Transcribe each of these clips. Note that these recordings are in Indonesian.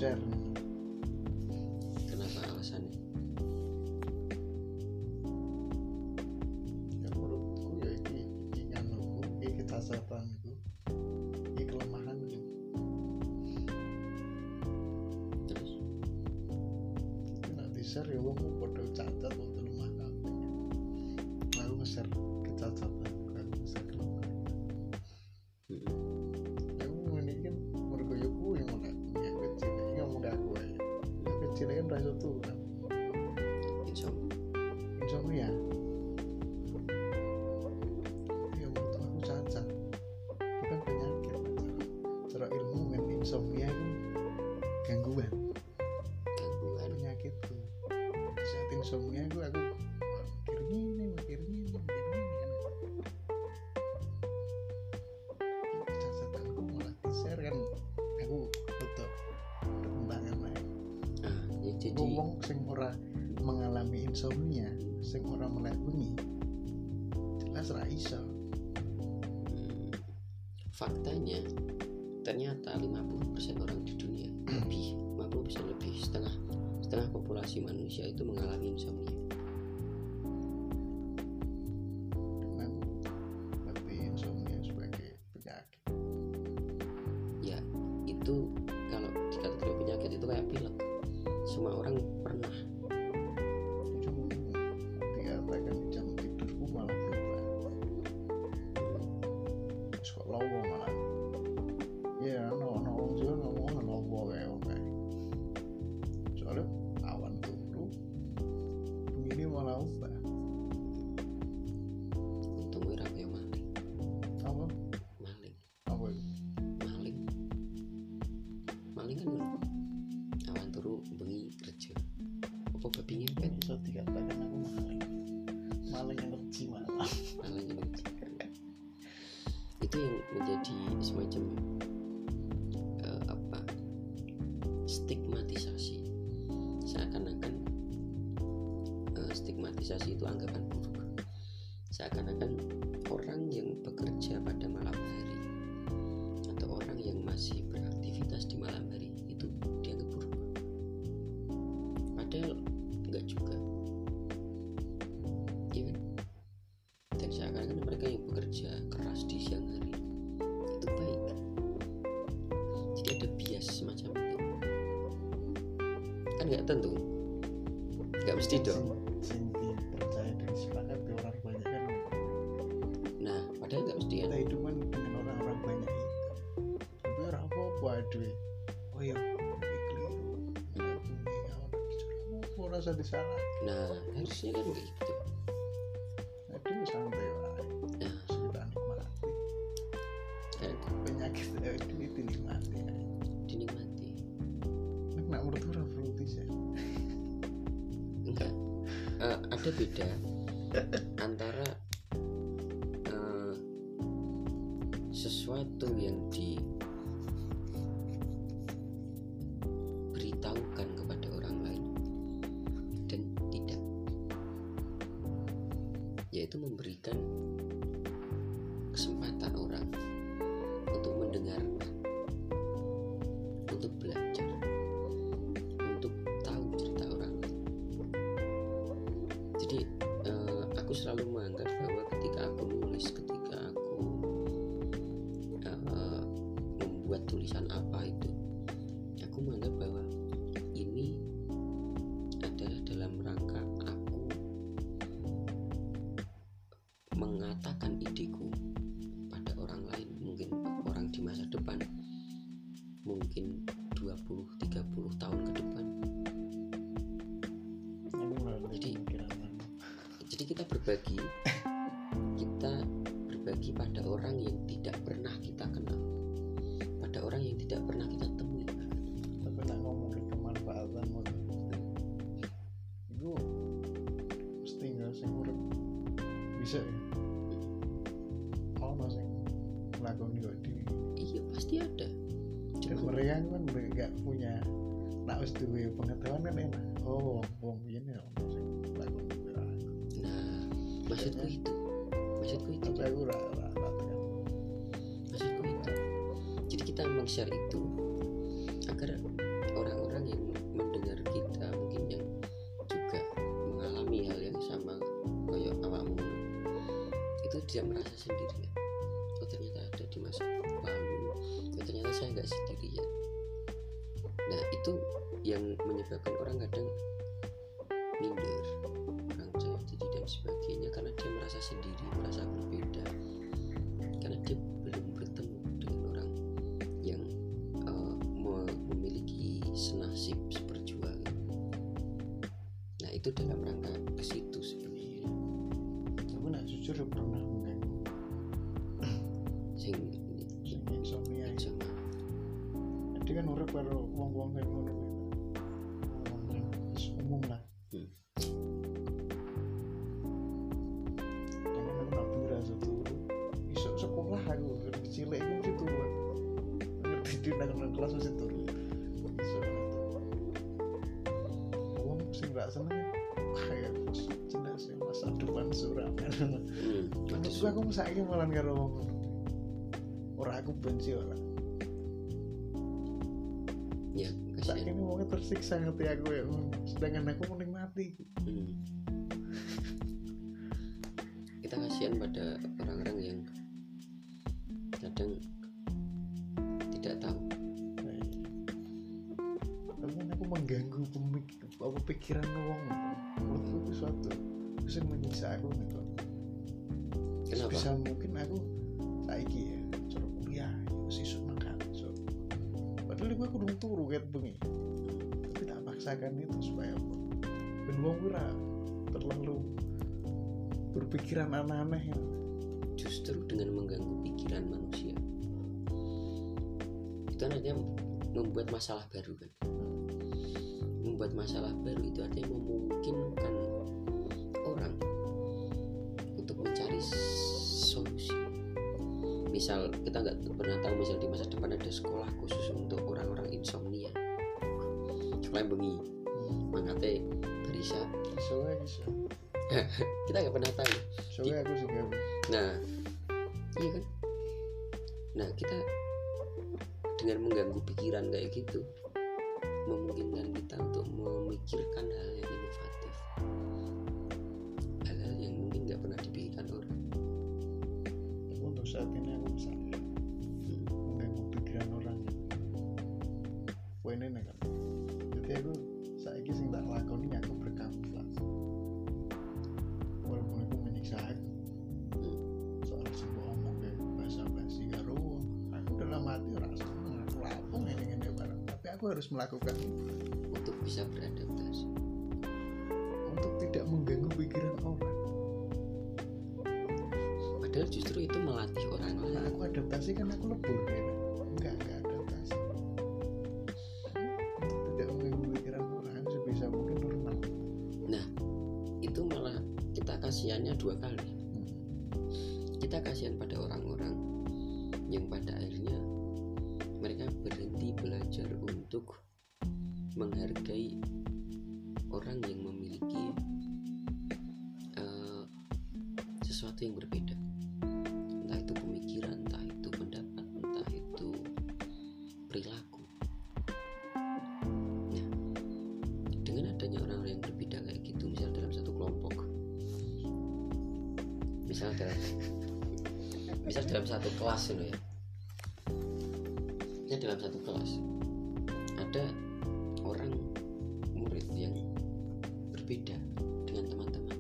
share. Kenapa alasannya? Ya menurutku ya iki nganuku, iki kecacatanku, iki kelemahanku. Terus Nek di-share ya wong padha cacat atau lemah kabeh. Aku nge-share kecacatanku, aku nge-share kelemahan. Aku ngene iki mergo ya kuwi ngono. Ya kecil iki ngomong aku ae. Ya kecil kan ra iso turu. Insomnia. Ya menurut aku cacat. Bukan penyakit. Cara ilmu kan insomnia itu gangguan penyakitku. Saat insomnia aku mikir gini kan. Kecacatanku malah di-share kan. Aku betul perkembangan aja. Ya jadi Ngomong sing ora mengalami insomnia, sing ora melek bengi, jelas ra iso. faktanya ternyata 50% orang di dunia lebih 50% lebih setengah populasi manusia itu mengalami insomnia. Dengan berarti insomnia sebagai penyakit. Ya itu kalau dikategori penyakit itu kayak pilek. Semua orang pernah. Itu dikatakan jam tidurku malah berubah. Terus kok lowo malah. Ya no wong juga ngomong lowo kayak oke. Soalnya awan turu begini malah ubah. Untung ora kaya maling. Apa? Maling kan ngono. Awan turu bengi kerja. Apa babi ngepet? Bisa dikatakan aku maling energi malah. Maling ini. Itu yang menjadi semacam stigmatisasi. Seakan-akan stigmatisasi itu anggapan buruk. Seakan-akan orang yang bekerja pada malam hari atau orang yang masih beraktivitas di malam hari itu dianggap buruk. Padahal enggak juga. Iya kan? Dan seakan-akan mereka yang bekerja keras di siang hari itu baik. Jadi ada bias semacam itu. Kan nggak tentu, nggak mesti dong. Sing dipercaya dan disepakati orang banyak kan. Nah padahal nggak mesti ya. Kita hidup kan dengan orang-orang banyak itu. Tapi orang apa aduh. Oh ya, ini keliru. Aku rasa disalah. Nah harusnya kan kayak gitu. Aduh santai wae. Nah Kita nikmati. kan Penyakit itu dinikmati. dinikmati. Nek menurut orang fruitis ya. Enggak, ada beda antara sesuatu yang diberitahukan kepada orang lain dan tidak, yaitu memberikan kesempatan orang untuk mendengarkan, untuk belajar, untuk tahu cerita orang lain. Jadi aku selalu menganggap bahwa ketika aku menulis, ketika aku membuat tulisan apa itu, aku menganggap bahwa ini adalah dalam rangka aku mengatakan ideku pada orang lain, mungkin orang di masa depan, mungkin 20-30 tahun ke depan. Jadi kita berbagi pada orang yang tidak pernah kita kenal, pada orang yang tidak pernah kita temui. Tapi nak ngomongin kemanfaatan itu mesti nggak sing urip bisa ya. Ono sing nglakoni kok dhewe. Iya pasti ada. Dan mereka kan nggak punya, nak wis duwe pengetahuan kan enak. Oh, wong ini ono sing nglakoni kok. Nah, maksudku itu. Tapi aku ora tekan. Maksudku itu. Jadi kita men-share itu agar orang tidak merasa sendirian. Oh ternyata ada di masa lalu, oh ternyata saya nggak sendirian. Nah itu yang menyebabkan orang kadang minder, kurang percaya diri dan sebagainya, karena dia merasa sendiri, merasa berbeda, karena dia belum bertemu dengan orang yang memiliki senasib seperjuangan. Nah itu dalam rangka ke situ sebenarnya. Tapi nak jujur pernah mengganggu Sing insomnia. sama Jadi kan urip karo wong-wong kayak ngono kuwi. Umum lah. Karena aku nak berasa turu. Iso sekolah aku dari cilik iku mesti turu. Ngerti di nang kelas mesti turu. Iso. Wong sing gak seneng kayak jelas masa depan suram. Terus aku saiki malah karo wong ngono. Ora aku benci ora. ya Saiki kasihan. wong tersiksa ngerti aku ya. Sedangkan aku menikmati. Kita kasihan pada orang-orang yang kadang tidak tahu. Tapi kan aku mengganggu pikiran wong. Menurutku itu suatu bisa menyiksa aku gitu. Kenapa? Bisa mungkin aku saiki ya cara kuliah sesuk makan. Padahal gue kudu turu ket bengi. Tapi tak paksakan itu supaya apa? Ben wong ora terlalu berpikiran aneh-aneh. Justru dengan mengganggu pikiran manusia itu artinya membuat masalah baru kan. Membuat masalah baru itu artinya memungkinkan orang untuk mencari solusi. Misal kita nggak pernah tahu, misal di masa depan ada sekolah khusus untuk orang-orang insomnia, sekolah bengi mangate berisa. Soalnya Kita nggak pernah tahu. soalnya aku sih gak. Nah iya kan, nah kita dengan mengganggu pikiran kayak gitu memungkinkan kita untuk memikirkan hal yang inovatif, hal-hal yang mungkin nggak pernah dipikirkan orang. Untuk saat ini aku misalnya mengganggu pikiran orang. Wah ini kan. Jadi aku saiki sing tak lakoni aku berkamuflase. Walaupun aku menyiksa aku. Soal sing ngomong kayak basa-basi karo aku dalam hati ora seneng, aku lapung ngene-ngene bareng. Tapi aku harus melakukan Untuk bisa beradaptasi. untuk tidak mengganggu pikiran orang. Padahal justru itu melatih orang Nah, lain. aku adaptasi kan aku lebur kayak enggak adaptasi. Untuk tidak mengganggu pikiran orang sebisa mungkin normal. Nah itu malah kita kasihannya dua kali. Kita kasihan pada orang-orang yang pada akhirnya mereka berhenti belajar untuk menghargai orang yang memiliki sesuatu yang berbeda, entah itu pemikiran, entah itu pendapat, entah itu perilaku. Nah, dengan adanya orang-orang yang berbeda kayak gitu, misal dalam satu kelompok, misal dalam satu kelas gitu ya. Misalnya dalam satu kelas ada orang murid yang berbeda dengan teman-teman,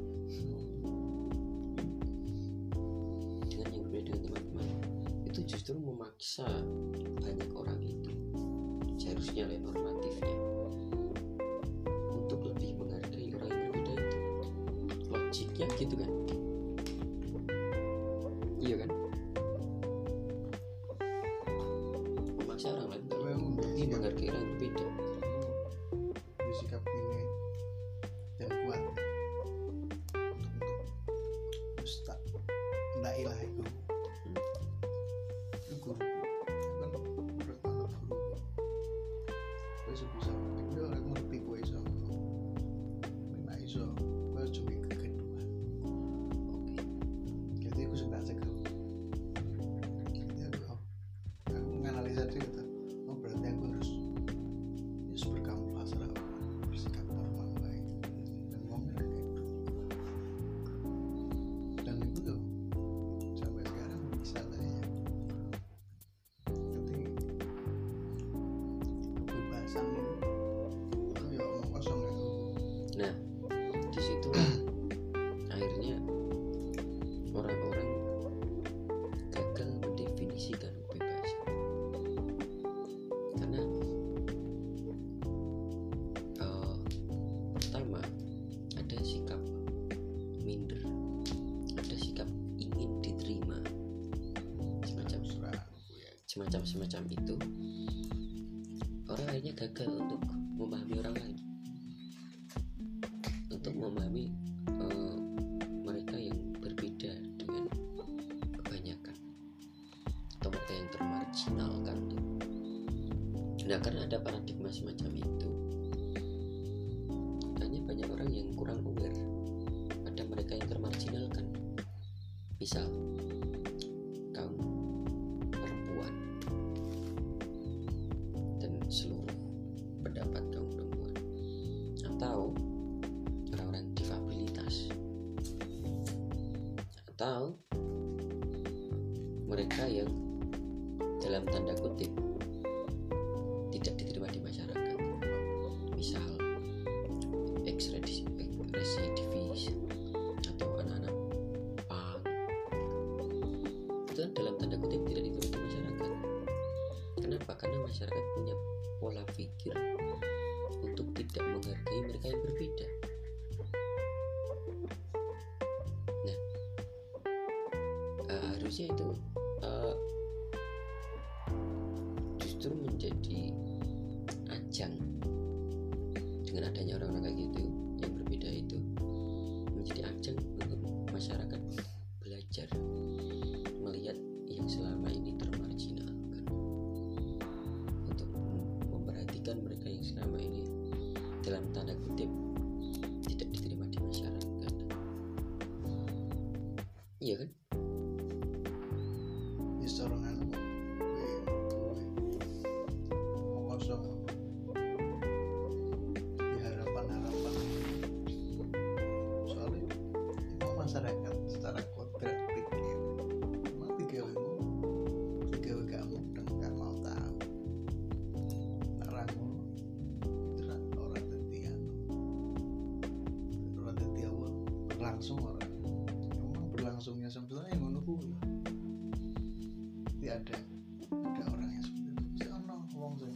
itu justru memaksa banyak orang itu, seharusnya normatifnya, untuk lebih menghargai orang yang berbeda itu. Logiknya gitu kan. Iya kan, memaksa orang lain untuk lebih menghargai orang yang berbeda. Bersikap ini dan kuat untuk ustaz ndak ilah itu guru kan bertanya guru gue sebisa mungkin dia orang ngerti gue iso nggak iso gue coba ke kedua. Oke. Jadi aku sudah cekal ya aku menganalisa juga oh berarti aku harus berkamuflase lah, bersikap normal baik dan ngomong kayak gitu. Dan itu tuh alasan itu ya omong kosong ya. Nah, di situ akhirnya orang-orang gagal mendefinisikan kebebasan. Karena pertama ada sikap minder, ada sikap ingin diterima, semacam itu. Orang akhirnya gagal untuk memahami orang lain, untuk memahami mereka yang berbeda dengan kebanyakan, atau mereka yang termarginalkan tuh. Nah, karena ada paradigma semacam itu, hanya banyak orang yang kurang aware ada mereka yang termarginalkan. Misal kaum perempuan dan seluruh pendapat kaum perempuan, atau orang-orang difabilitas, atau mereka yang dalam tanda kutip tidak diterima di masyarakat, misal ex-residivis atau anak-anak punk, itu kan dalam tanda kutip tidak diterima di masyarakat. Kenapa? Karena masyarakat punya pola pikir untuk tidak menghargai mereka yang berbeda. Nah, harusnya itu justru menjadi ajang, dengan adanya orang-orang kayak gitu yang berbeda itu, menjadi ajang untuk masyarakat belajar melihat yang selama ini termarginalkan, untuk memperhatikan mereka yang selama ini dalam tanda kutip tidak diterima di masyarakat. Iya kan? Ya seorang anu kosong di harapan soalnya itu masyarakat secara kodrat pikir emang tiga kamu dan gak mau tahu narangmu orang tadi awal berlangsung orang emang berlangsungnya sebenarnya ngono kuwi ada orang yang seperti itu sih ono wong sing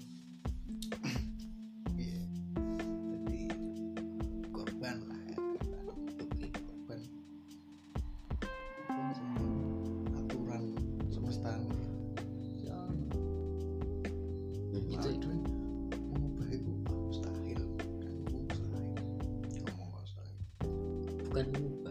iya jadi korban lah ya korban aturan semesta ini ya itu mengubah itu mustahil ngomong mustahil bukan mengubah,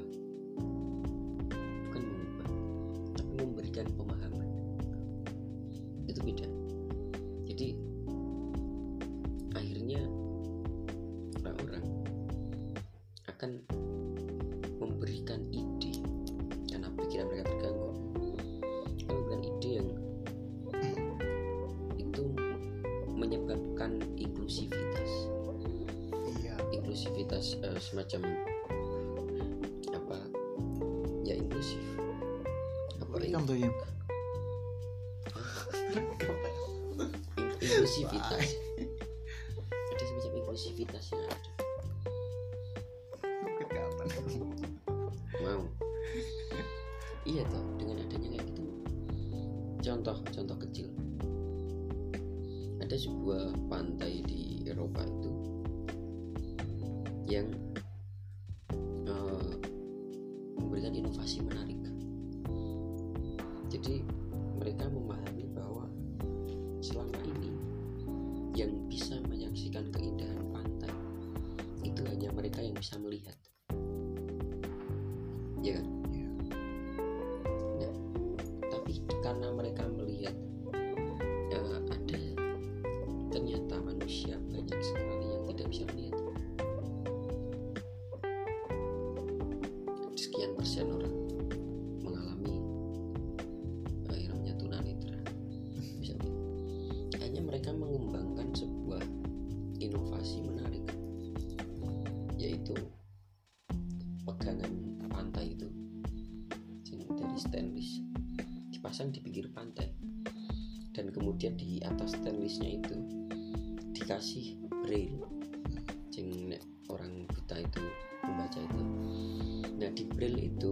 tapi memberikan pemahaman. Itu beda. Jadi akhirnya orang-orang akan memberikan ide karena pikiran mereka terganggu, memberikan ide yang itu menyebabkan inklusivitas. iya Inklusivitas semacam apa ya, inklusif apa tuh ya inklusivitas. Ada semacam inklusivitas yang ada. kapan Mau iya toh, dengan adanya kayak gitu. Contoh kecil, ada sebuah pantai di Eropa itu yang memberikan inovasi menarik. Jadi mereka memahami bahwa selama ini yang bisa menyaksikan keindahan pantai itu hanya mereka yang bisa melihat, ya kan? Iya. Nah, tapi karena mereka melihat ada ternyata manusia banyak sekali yang tidak bisa melihat. Sekian persen orang mengalami yang namanya tunanetra, misalnya. Hanya mereka mengembangkan sebuah inovasi menarik, yaitu pegangan pantai itu dari stainless dipasang di pinggir pantai, dan kemudian di atas stainlessnya itu dikasih braille sing orang buta itu membaca itu. Nah di braille itu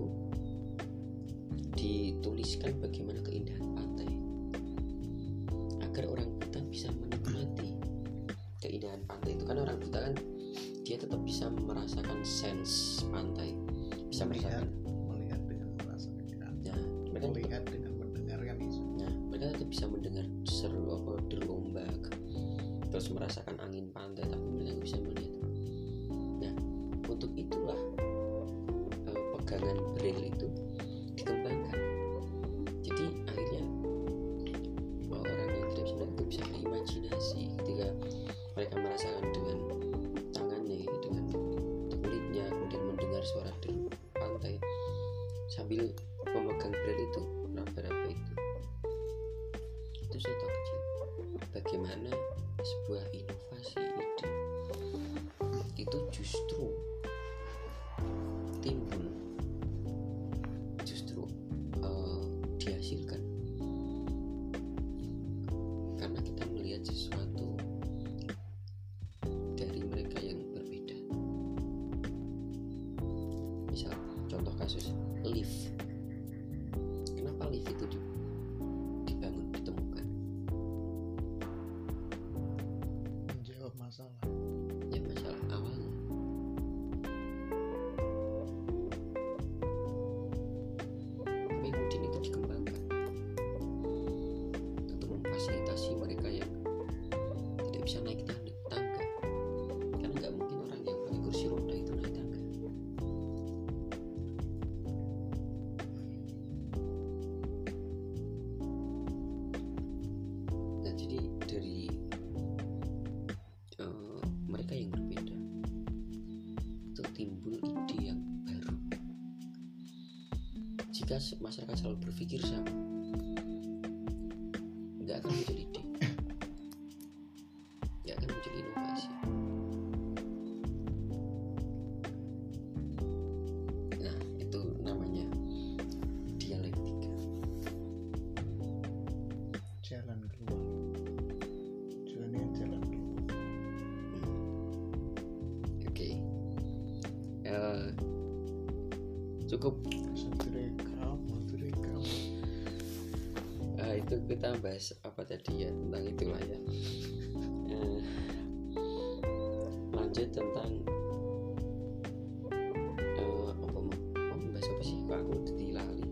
dituliskan bagaimana keindahan pantai agar orang buta bisa menikmati keindahan pantai itu. Kan orang buta kan dia tetap bisa merasakan sense pantai, bisa melihat dengan merasakan. Nah, mereka melihat dengan mendengarkan itu. Nah, mereka tetap bisa mendengar deru ombak, terus merasakan angin pantai, tapi mereka bisa melihat. Nah, untuk itulah pegangan braille itu dikembangkan. Jadi akhirnya orang yang tidak bisa melihat itu bisa berimajinasi ketika mereka merasakan dengan tangannya, dengan kulitnya, kemudian mendengar suara deru pantai sambil memegang braille itu, raba-raba itu saya tahu kecil bagaimana sebuah inovasi ide itu justru timbul, justru dihasilkan karena kita melihat sesuatu dari mereka yang berbeda. Misal contoh kasus lift. Kenapa lift itu dibangun, ditemukan? Menjawab masalah. Ya masalah awalnya. Tapi kemudian itu dikembangkan untuk memfasilitasi mereka yang tidak bisa naik tangga, karena nggak mungkin orang yang pakai kursi roda itu naik tangga. Nah jadi dari mereka yang berbeda itu timbul ide yang baru. Jika masyarakat selalu berpikir sama, nggak akan muncul ide, nggak akan muncul inovasi. Nah itu namanya dialektika. Jalan keluar. Jalan keluar. Oke. Cukup. Direkam. Itu kita bahas apa tadi ya, tentang itulah ya. Lanjut tentang apa mau bahas apa sih? Kok aku jadi lali.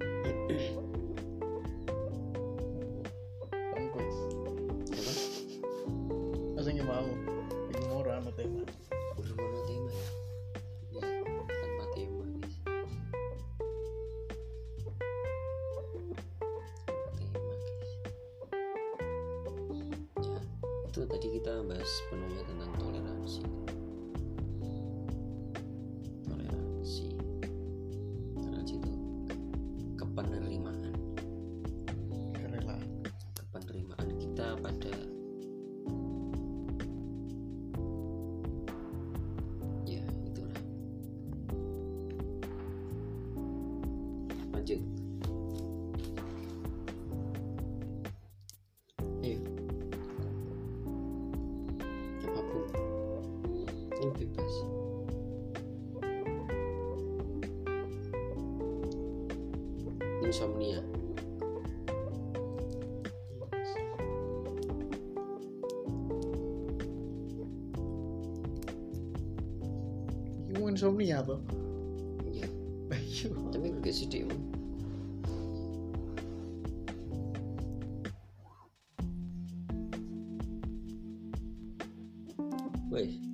Bangkos. Apa? Rasanya mau. Ini mau rame tema. Urung ono tema ya. Ya, tanpa tema guys. Ya, itu tadi kita bahas penuhnya tentang toleransi. Toleransi itu kepenerimaan kita pada ya itulah. Lanjut. Ayo. Apapun ini bebas. Insomnia. Kamu insomnia tuh? Iya. Ayo. Tapi gak sedih. Woi.